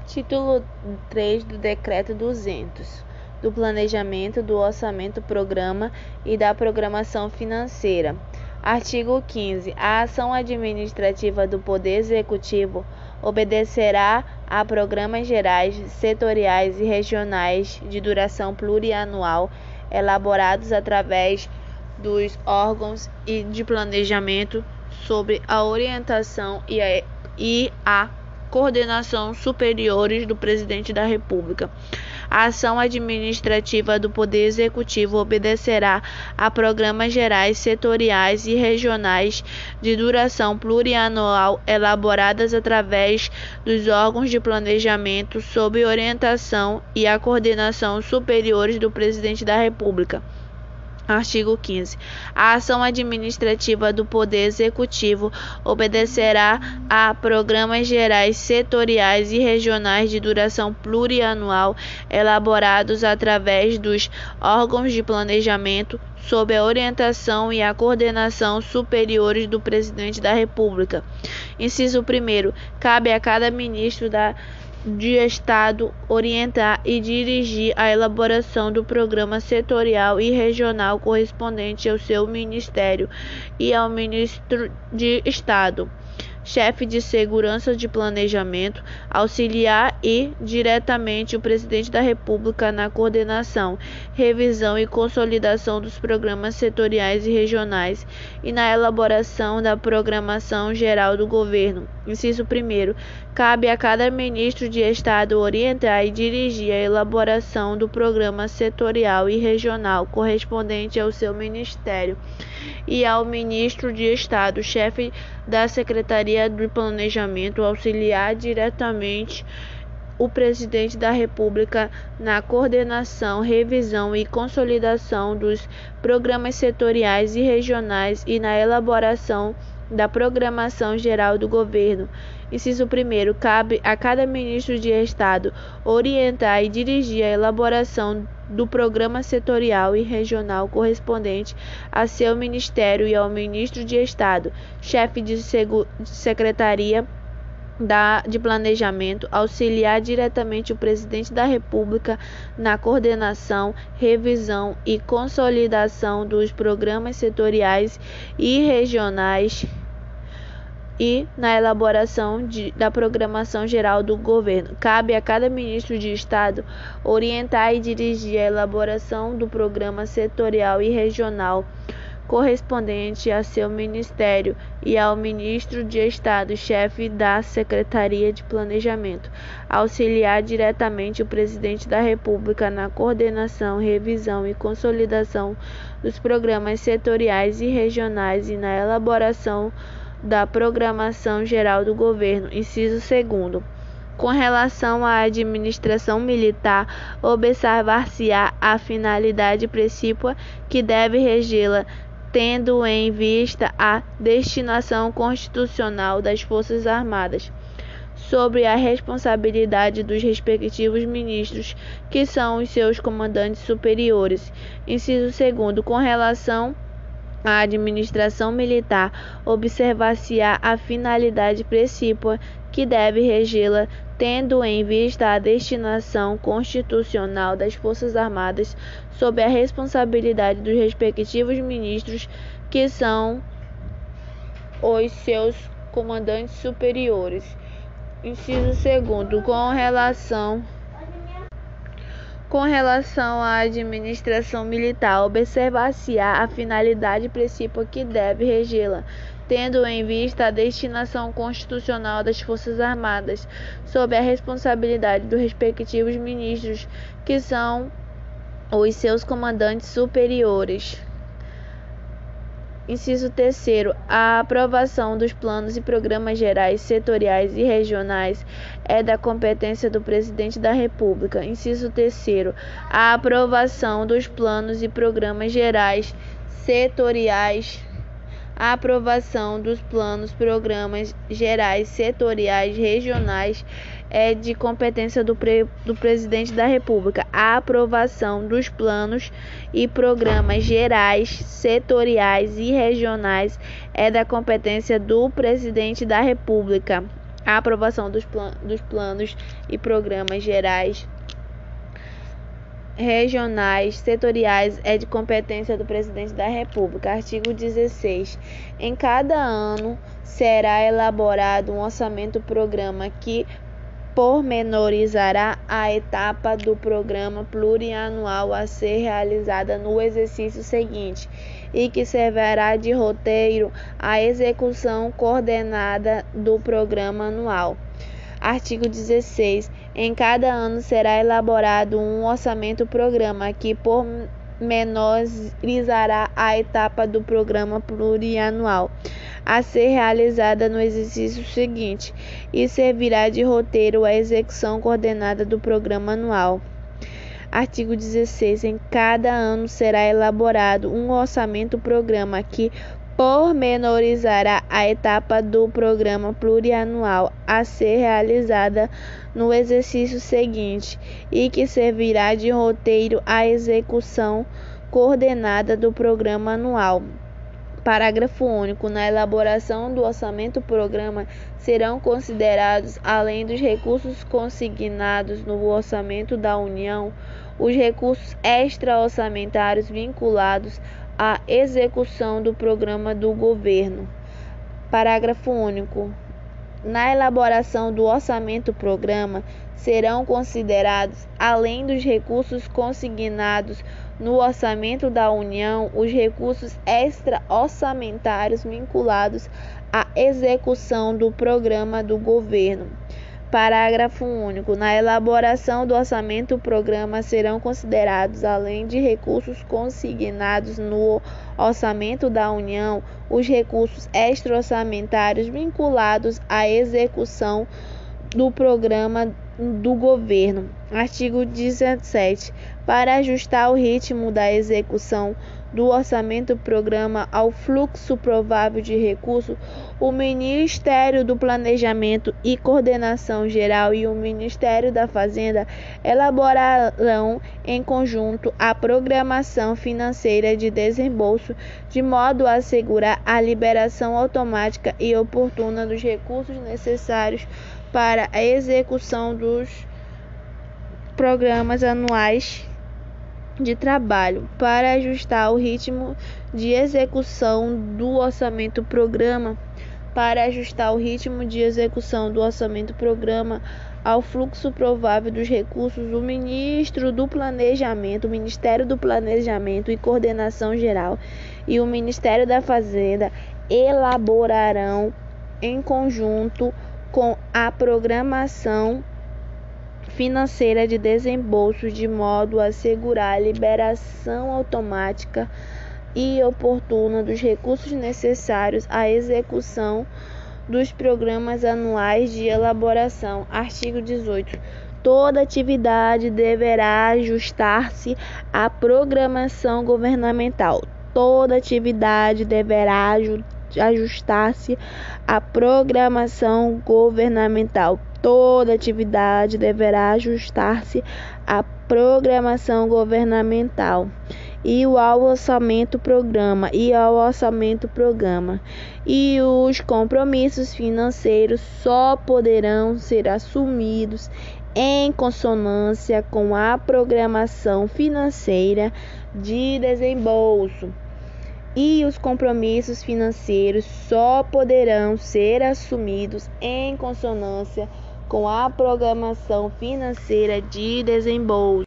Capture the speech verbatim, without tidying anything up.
Título três do Decreto duzentos, do Planejamento, do Orçamento, Programa e da Programação Financeira. Artigo quinze. A ação administrativa do Poder Executivo obedecerá a programas gerais, setoriais e regionais de duração plurianual, elaborados através dos órgãos de planejamento sob a orientação e a, e a coordenação superiores do Presidente da República. A ação administrativa do Poder Executivo obedecerá a programas gerais, setoriais e regionais de duração plurianual elaboradas através dos órgãos de planejamento sob orientação e a coordenação superiores do Presidente da República. Artigo quinze. A ação administrativa do Poder Executivo obedecerá a programas gerais, setoriais e regionais de duração plurianual elaborados através dos órgãos de planejamento sob a orientação e a coordenação superiores do Presidente da República. Inciso primeiro. Cabe a cada ministro da de Estado orientar e dirigir a elaboração do programa setorial e regional correspondente ao seu ministério e ao ministro de Estado, chefe de segurança de planejamento, auxiliar e diretamente o Presidente da República na coordenação, revisão e consolidação dos programas setoriais e regionais e na elaboração da programação geral do governo. Inciso primeiro. Cabe a cada ministro de Estado orientar e dirigir a elaboração do programa setorial e regional correspondente ao seu ministério e ao ministro de Estado, chefe da Secretaria de Planejamento, auxiliar diretamente o Presidente da República na coordenação, revisão e consolidação dos programas setoriais e regionais e na elaboração da programação geral do governo. Inciso primeiro. Cabe a cada ministro de Estado orientar e dirigir a elaboração do programa setorial e regional correspondente a seu ministério e ao ministro de Estado, chefe de, de Secretaria da, de Planejamento, auxiliar diretamente o Presidente da República na coordenação, revisão e consolidação dos programas setoriais e regionais e na elaboração de, da programação geral do governo. Cabe a cada ministro de Estado orientar e dirigir a elaboração do programa setorial e regional correspondente a seu ministério e ao ministro de Estado, chefe da Secretaria de Planejamento, auxiliar diretamente o Presidente da República na coordenação, revisão e consolidação dos programas setoriais e regionais e na elaboração da programação geral do governo. Inciso segundo. Com relação à administração militar, observar-se-á a finalidade precípua que deve regê-la, tendo em vista a destinação constitucional das Forças Armadas, sobre a responsabilidade dos respectivos ministros, que são os seus comandantes superiores. Inciso segundo. Com relação a administração militar, observar-se-á a finalidade precípua que deve regê-la, tendo em vista a destinação constitucional das Forças Armadas sob a responsabilidade dos respectivos ministros, que são os seus comandantes superiores. Inciso segundo. Com relação Com relação à administração militar, observar-se-á a finalidade precípua que deve regê-la, tendo em vista a destinação constitucional das Forças Armadas, sob a responsabilidade dos respectivos ministros, que são os seus comandantes superiores. Inciso terceiro. A aprovação dos planos e programas gerais, setoriais e regionais é da competência do Presidente da República. Inciso terceiro. A aprovação dos planos e programas gerais, setoriais A aprovação dos planos, programas gerais, setoriais, regionais é de competência do, pre, do Presidente da República. A aprovação dos planos e programas gerais, setoriais e regionais é da competência do Presidente da República. A aprovação dos, plan dos planos e programas gerais, regionais, setoriais é de competência do Presidente da República. Artigo dezesseis. Em cada ano será elaborado um orçamento-programa que pormenorizará a etapa do programa plurianual a ser realizada no exercício seguinte e que servirá de roteiro à execução coordenada do programa anual. Artigo dezesseis. Em cada ano será elaborado um orçamento-programa que pormenorizará a etapa do programa plurianual a ser realizada no exercício seguinte e servirá de roteiro à execução coordenada do programa anual. Artigo dezesseis. Em cada ano será elaborado um orçamento-programa que pormenorizará a etapa do programa plurianual a ser realizada no exercício seguinte e que servirá de roteiro à execução coordenada do programa anual. Parágrafo único. Na elaboração do orçamento-programa serão considerados, além dos recursos consignados no orçamento da União, os recursos extra-orçamentários vinculados à execução do programa do Governo. Parágrafo único. Na elaboração do orçamento-programa serão considerados, além dos recursos consignados no orçamento da União, os recursos extra-orçamentários vinculados à execução do programa do Governo. Parágrafo único. Na elaboração do orçamento-programa serão considerados, além de recursos consignados no orçamento da União, os recursos extra-orçamentários vinculados à execução do programa do Governo. Artigo dezessete. Para ajustar o ritmo da execução do orçamento-programa ao fluxo provável de recursos, o Ministério do Planejamento e Coordenação Geral e o Ministério da Fazenda elaborarão em conjunto a programação financeira de desembolso, de modo a assegurar a liberação automática e oportuna dos recursos necessários para a execução dos programas anuais de trabalho. Para ajustar o ritmo de execução do orçamento-programa, para ajustar o ritmo de execução do orçamento-programa ao fluxo provável dos recursos, o Ministro do Planejamento, o Ministério do Planejamento e Coordenação Geral e o Ministério da Fazenda elaborarão em conjunto com a programação financeira de desembolso, de modo a assegurar a liberação automática e oportuna dos recursos necessários à execução dos programas anuais de elaboração. Artigo dezoito. Toda atividade deverá ajustar-se à programação governamental. Toda atividade deverá ajustar-se à programação governamental. Toda atividade deverá ajustar-se à programação governamental e ao orçamento-programa e ao orçamento-programa. E os compromissos financeiros só poderão ser assumidos em consonância com a programação financeira de desembolso. E os compromissos financeiros só poderão ser assumidos em consonância com a programação financeira de desembolso.